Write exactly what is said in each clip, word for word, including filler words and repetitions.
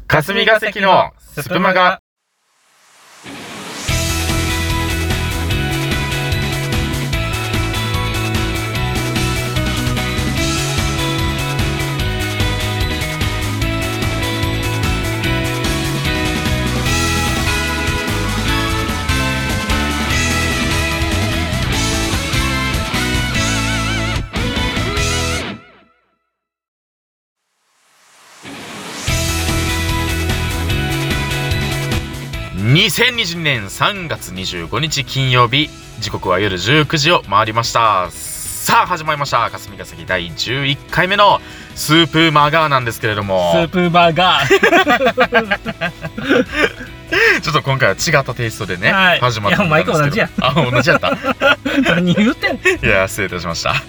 霞が関のスプマガ。にせんにじゅうにねんさんがつにじゅうごにち金曜日、時刻は夜じゅうくじを回りました。さあ始まりました、霞が関だいじゅういっかいめのスープマガーなんですけれども、 スープマガーちょっと今回は違ったテイストでね、 はい、 始まったんですけど。 いや毎回同じや。 あ、同じやった何言うてん。 いや失礼いたしましたい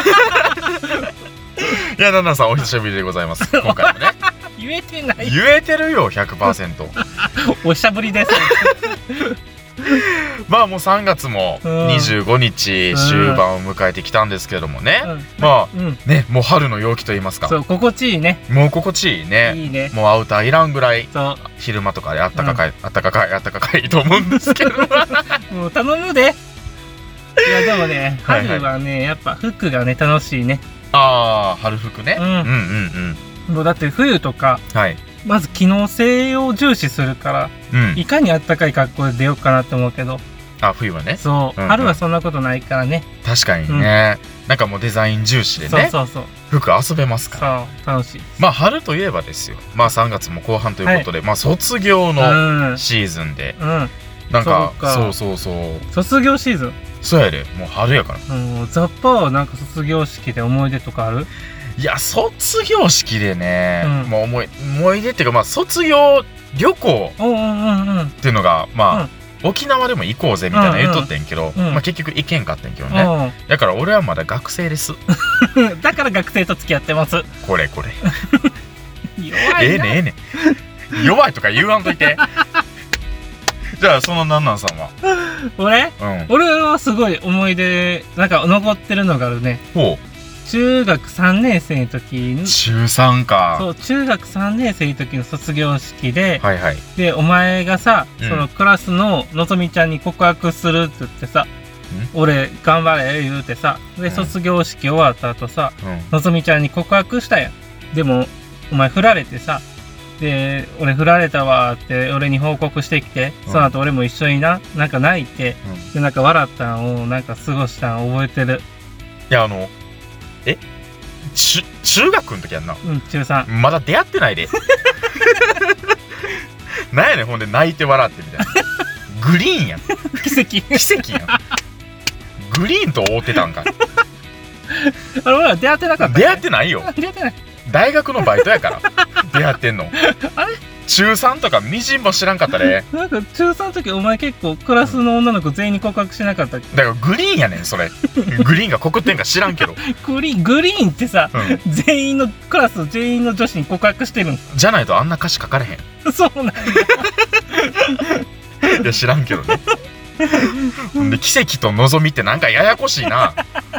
や旦那さんお久しぶりでございます。今回もね言えてない。 言えてるよ ひゃくパーセントお久しぶりですまあもうさんがつもにじゅうごにち終盤を迎えてきたんですけどもね、うん、まあ、うん、ね、もう春の陽気と言いますか、 そう心地いいね。 もう心地いいね。 いいね。 もうアウターいらんぐらい、 そう昼間とかであったかかい、うん、あったかかいあったかかいと思うんですけどもう頼むで。いやでもね、春はね、はいはい、やっぱ服がね楽しいね。 ああ、春服ね、うん、うんうんうん。もうだって冬とか、はい、まず機能性を重視するから、うん、いかにあったかい格好で出ようかなって思うけど、 あ、冬はね。 そう、うんうん、春はそんなことないからね。 確かにね、うん、なんかもうデザイン重視でね、 そうそうそう、 服遊べますから。 そう楽しい。 まあ春といえばですよ、まあさんがつも後半ということで、はい、まあ卒業のシーズンで、うんうん、なんかそうそうそう、 卒業シーズン。 そうやで、もう春やから。 うん、ザッパーはなんか卒業式で思い出とかある？ いや、卒業式でね、うん、もう思い思い出っていうか、まあ卒業旅行っていうのが、まあ、うん、沖縄でも行こうぜみたいな言っとってんけど、うんうん、まあ結局行けんかったんけどね、うん、だから俺はまだ学生ですだから学生と付き合ってます。 これこれ弱いな。 ええねええね弱いとか言わんといてじゃあそのなんなんさんは？ 俺、うん、俺はすごい思い出なんか残ってるのがあるね。ほう。中学さんねん生の時に、 中さんか。 そう、中学さんねん生の時の卒業式で、 はいはい、 でお前がさ、うん、そのクラスののぞみちゃんに告白するって言ってさ、俺頑張れ言うてさ、で、うん、卒業式終わった後さ、うん、のぞみちゃんに告白したやん。でもお前振られてさ、で俺振られたわって俺に報告してきて、うん、その後俺も一緒にな、なんか泣いて、うん、でなんか笑ったんをなんか過ごしたん覚えてる。 いや、あのえち中学の時やんな。 うん、中さん。 まだ出会ってないでなんやねん、ほんで泣いて笑ってみたいなグリーンやん奇跡奇跡やんグリーンと会うてたんかあれ、俺ら出会ってなかった、ね、 出会ってないよ。 出会ってない。 大学のバイトやから出会ってんの。あれ中さんとかみじんも知らんかったね。 なんか中さんの時お前結構クラスの女の子全員に告白しなかったっけ？ だからグリーンやねんそれグリーンが告ってんか知らんけどグリーングリーンってさ、うん、全員のクラス全員の女子に告白してるんじゃないとあんな歌詞書かれへん。 そうなんだいや知らんけどねで奇跡と望みってなんかややこしいな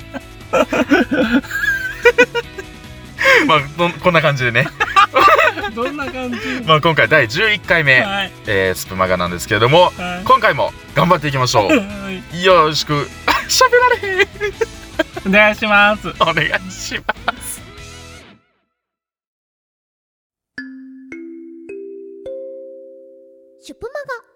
まあこんな感じでねどんな感じまあ今回だいじゅういっかいめ、はい、えー、スプマガなんですけれども、はい、今回も頑張っていきましょう、はい、よろしく喋られへんお願いします。 お願いしますシュプマガ。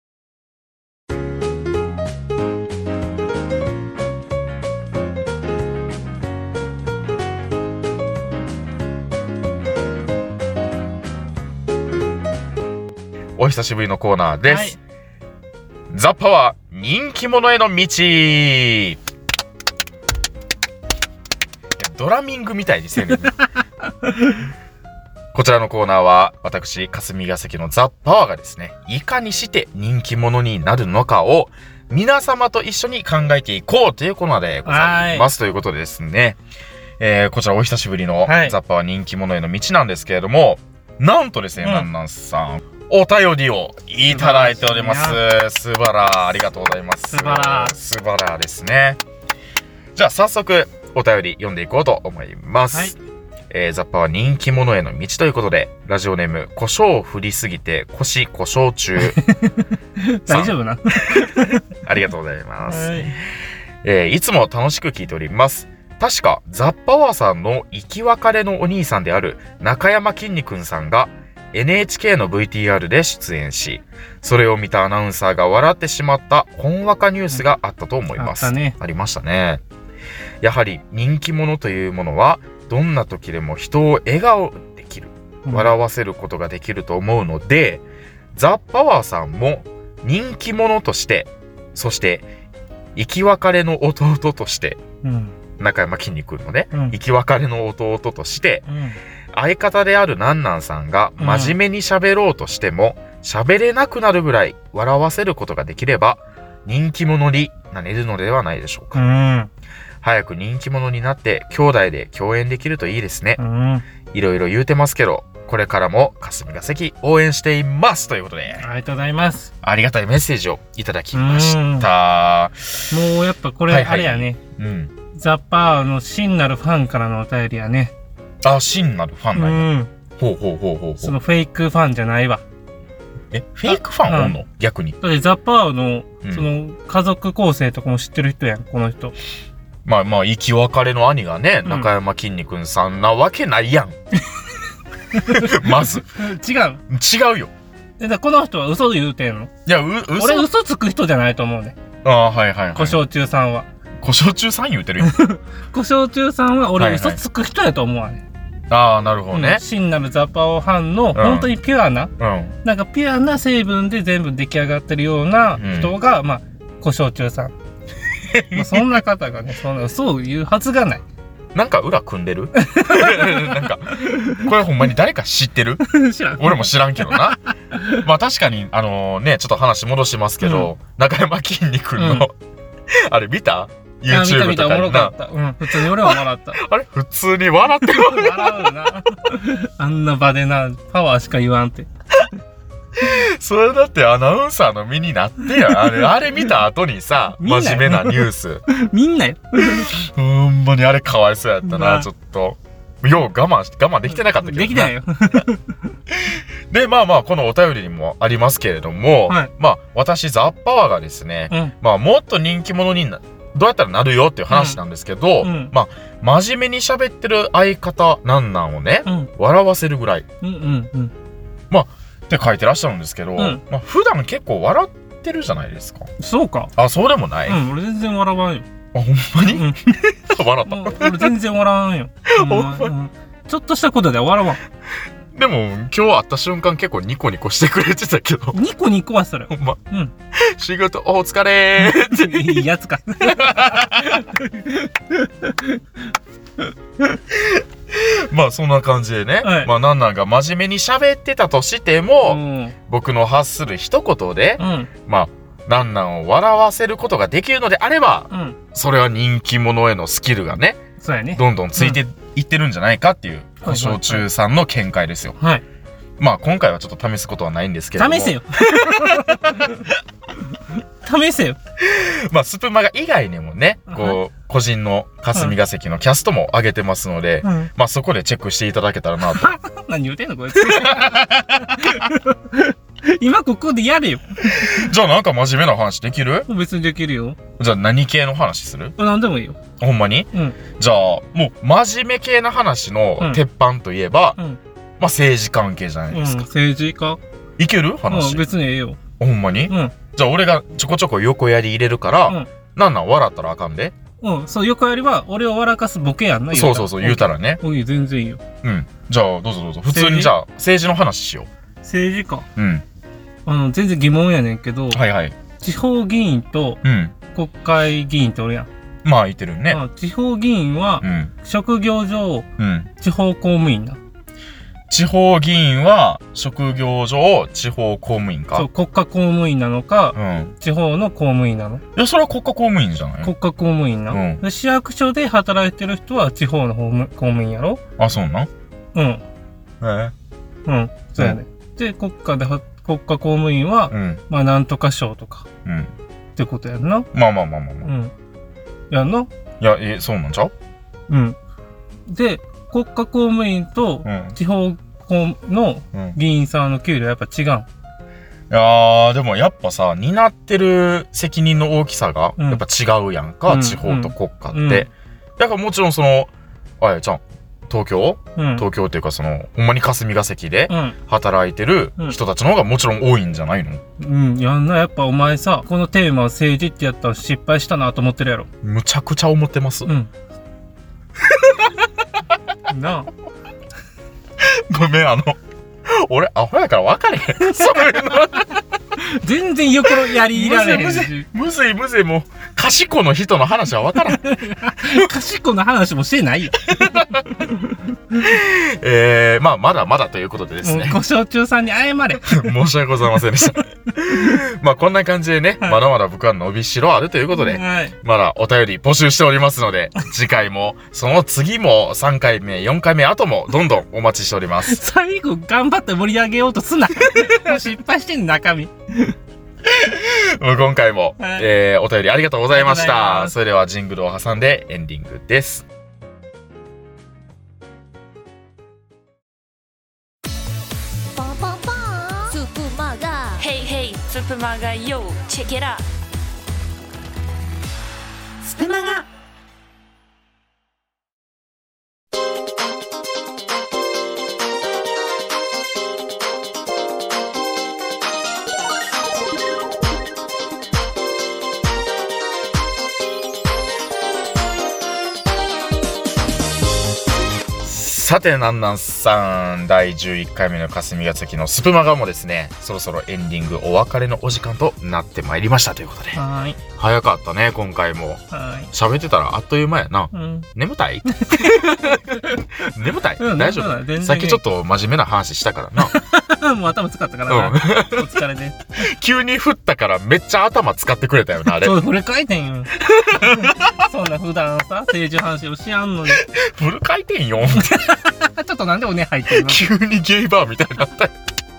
お久しぶりのコーナーです、はい、ザッパは人気者への道。いやドラミングみたいにせんねんこちらのコーナーは私霞が関のザッパワーがですね、いかにして人気者になるのかを皆様と一緒に考えていこうというコーナーでございます。ということでですね、えー、こちらお久しぶりのザッパは人気者への道なんですけれども、なんとですね、なんなんさんお便りをいただいております。すばら、ありがとうございます。 すばら、 すばらですね。じゃあ早速お便り読んでいこうと思います。はい、 えー、ザッパは人気者への道ということで、ラジオネーム、胡椒を振りすぎて腰故障中。 大丈夫なありがとうございます。 はい、 えー、いつも楽しく聞いております。確か、ザッパワーさんの生き別れのお兄さんである中山きんに君さんが エヌエイチケー の ブイティーアール で出演し、それを見たアナウンサーが笑ってしまったほんわかニュースがあったと思います。 あったね。 ありましたね。やはり人気者というものは、どんな時でも人を笑顔できる、笑わせることができると思うので、うん、ザ・パワーさんも人気者として、そして生き別れの弟として、うん、中山きんに君のね、うん、生き別れの弟として、うん、相方であるなんなんさんが真面目に喋ろうとしても喋れなくなるぐらい笑わせることができれば人気者になれるのではないでしょうか。うん、早く人気者になって兄弟で共演できるといいですね。うん、いろいろ言うてますけど、これからも霞が関応援していますということで、 ありがとうございます。 ありがたいメッセージをいただきました。 もうやっぱこれあれやね、はいはい、うん、ザ・パワーの真なるファンからのお便りやね。 あ、真なるファンなんや、うん、ほうほうほうほうほう。 そのフェイクファンじゃないわ。 え、フェイクファンおんの、うん、逆に。 だってザ・パワーのその家族構成とかも知ってる人やん、この人。 まあまあ生き別れの兄がね、うん、中山きんに君さんなわけないやん。まず違う違うよ。 え、だこの人は嘘言うてんの？ いや、う嘘俺嘘つく人じゃないと思うね。 ああ、はいはいはい。 故障中さんは故障中さん言うてるよ。 故障中さんは俺嘘つく人やと思うわね。 はいはい、ああ、なるほどね、 うん、真なるザ・パワーファンの、うん、本当にピュアな、うん、なんかピュアな成分で全部出来上がってるような人が、うん、まあ故障中さん。まあそんな方がね、そんな嘘を言うはずがない。 なんか裏組んでる？なんかこれほんまに誰か知ってる？ 知らん。 俺も知らんけどな。まあ確かにあのー、ね、ちょっと話戻しますけど、うん、中山きんに君の、うん、あれ見た？YouTube とかにな。見た見た、おもろかった。うん、普通に俺は笑った。あれ普通に笑ってる。 笑うな。あんな場でな、パワーしか言わんて。 それだってアナウンサーの身になってやん。あれ、あれ見た後にさ、真面目なニュース。 みんなよ。 ほんまにあれかわいそうやったな、ちょっと。よう我慢し、我慢できてなかったけどな。 できないよ。 で、まあまあ、このお便りにもありますけれども、はい、まあ、私、ザ・パワーがですね、うん、まあ、もっと人気者にな、どうやったらなるよっていう話なんですけど、うんうん、まあ、真面目に喋ってる相方なんなんをね、うん、笑わせるぐらい。うんうんうん、まあ、って書いてらっしゃるんですけど、うん、まあ普段結構笑ってるじゃないですか。 そうか。 あ、そうでもない。 うん、俺全然笑わんよ。 あ、ほんまに？うん、笑った。 俺全然笑わんよ。ほんま、うん、ちょっとしたことで笑わん。 でも今日会った瞬間結構ニコニコしてくれてたけど。 ニコニコはそれ。 ほんま。うん。仕事お疲れーって。 いいやつか。 まあそんな感じでね、はい、まあなんなんが真面目に喋ってたとしても、うん、僕の発する一言で、うん、まあなんなんを笑わせることができるのであれば、うん、それは人気者へのスキルがね、 そうやね、 どんどんついていってるんじゃないかっていう故障中さんの見解ですよ。 はい。 まあ今回はちょっと試すことはないんですけれども。 試せよ。試せよ。 まあスプマガ以外にもね、こう個人の霞が関のキャストも上げてますので、うん、まあそこでチェックしていただけたらなと。 何言うてんのこいつ。今ここでやれよ。 じゃあなんか真面目な話できる？ 別にできるよ。 じゃあ何系の話する？ 何でもいいよ。 ほんまに？うん。じゃあもう真面目系な話の鉄板といえば、うんうん、まあ政治関係じゃないですか。 うん、政治家？ いける話？ うん、別にええよ。 ほんまに？うん。じゃあ俺がちょこちょこ横やり入れるから、うん、なんなん笑ったらあかんで。 うん、そう、横やりは俺を笑かすボケやんな。 そうそうそう、言うたらね。 おい、全然いいよ。 うん。じゃあどうぞどうぞ。普通にじゃあ政治の話しよう。 政治か。 うん。 あの、全然疑問やねんけど、 はいはい。 地方議員と国会議員っておるやん。 うん、まあ、いてるね。 地方議員は、職業上、うん、地方公務員な。 地方議員は、職業上、地方公務員か。 そう、国家公務員なのか、うん、地方の公務員なの。 いや、それは国家公務員じゃない？ 国家公務員な。うん、で市役所で働いてる人は地方の公務員やろ？ あ、そうなん？ うん。 へえ。 うん、そうやね。うん、で、国家で、国家公務員は、うん、まあ、なんとか省とか、うん、ってことやんな。 まあまあまあまあまあ。 うん。やんな。 いや、え、そうなんちゃう？ うん。で、 国家公務員と地方の議員さんの給料やっぱ違う。いやーでもやっぱさ、担ってる責任の大きさがやっぱ違うやんか、うん、地方と国家って、うん、だからもちろんそのあやちゃん東京、うん、東京っていうかそのほんまに霞が関で働いてる人たちの方がもちろん多いんじゃないの？ うん、やんな。やっぱお前さ、このテーマは政治ってやったら失敗したなと思ってるやろ。 むちゃくちゃ思ってます。うんなあごめん、あの俺アホやから分かれへんそういうの全然横やりいられへんし、 むずいむずい、もう賢の人の話は分からん賢の話もしてないよえー、まあまだまだということでですね、 もうご承知さんに謝れ申し訳ございませんでしたまあこんな感じでね、はい、まだまだ僕は伸びしろあるということで、はい、まだお便り募集しておりますので次回もその次もさんかいめよんかいめ後もどんどんお待ちしております最後頑張って盛り上げようとすなもう失敗してん中身今回も、はい、えー、お便りありがとうございました。それではジングルを挟んでエンディングです。 パンパンパンスープマガヘイヘイスープマガヨーチェケラスプマガさてなんなんさん、だいじゅういっかいめの霞が関のスプマガもですね、そろそろエンディングお別れのお時間となってまいりましたということで、 はい、 早かったね今回も。喋ってたらあっという間やな、うん、眠たい眠たい、うん、大丈夫、さっきちょっと真面目な話したからなもう頭使ったからな、うん、お疲れで急に振ったからめっちゃ頭使ってくれたよなあれ。 そう、フル回転よそんな普段さ政治話をしやんのにフル回転よちょっとなんでおね入ってるの急にゲイバーみたいになった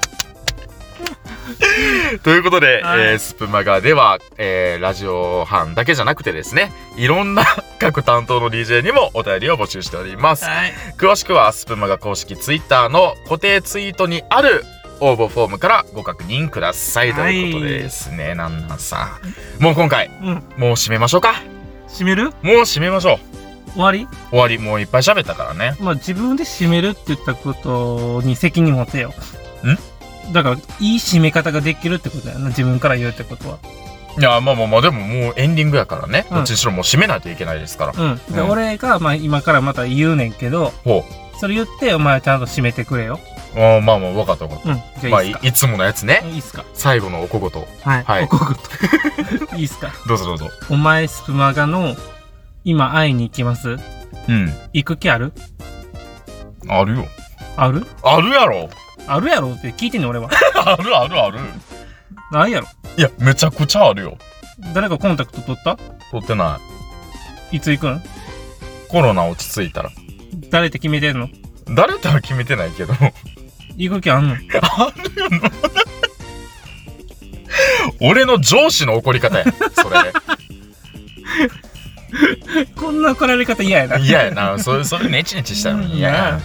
ということで、はい、えー、スプマガでは、えー、ラジオ班だけじゃなくてですね、いろんな各担当の ディージェー にもお便りを募集しております、はい、詳しくはスプマガ公式ツイッターの固定ツイートにある応募フォームからご確認ください、はい、ということでですね、なんなんさもう今回、うん、もう締めましょうか。 締める？ もう締めましょう。 終わり？ 終わり。もういっぱい喋ったからね。 まあ自分で締めるって言ったことに責任持てよ。ん？だからいい締め方ができるってことだよな、自分から言うってことは。 いやまあまあまあでももうエンディングやからね、うん、どっちにしろもう締めないといけないですから。 うん。で、うん、俺がまあ今からまた言うねんけど、ほう。それ言ってお前ちゃんと締めてくれよ。 ああまあまあ分かった分かった。うん。じゃあいいっすか。まあ い, いつものやつね。 いいっすか。 最後のお小言。 はい。はい、お小言。いいっすか。 どうぞどうぞ。 お前スプマガの今会いに行きます。うん。行く気ある？ あるよ。 ある？ あるやろ。 あるやろって聞いてんねん俺は。 あるあるある。 ないやろ。 いやめちゃくちゃあるよ。 誰かコンタクト取った？ 取ってない。 いつ行くん？ コロナ落ち着いたら。 誰って決めてんの？ 誰とは決めてないけど。 行く気あんの？あるよな。 俺の上司の怒り方や。それ。 こんな怒られ方嫌やな。 嫌やな。それそれネチネチしたのに嫌や。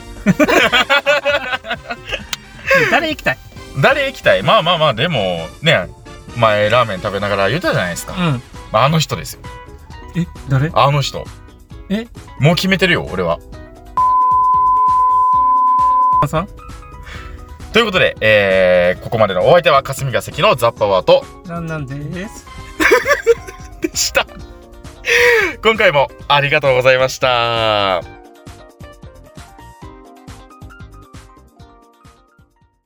誰行きたい？ 誰行きたい？まあまあまあでもね、前ラーメン食べながら言ったじゃないですか。うん。まあ、あの人ですよ。 え、誰？ あの人。 え？ もう決めてるよ俺は。 さん？ ということで、えー、ここまでのお相手は霞が関のザッパワーとなんなんですでした。今回もありがとうございました。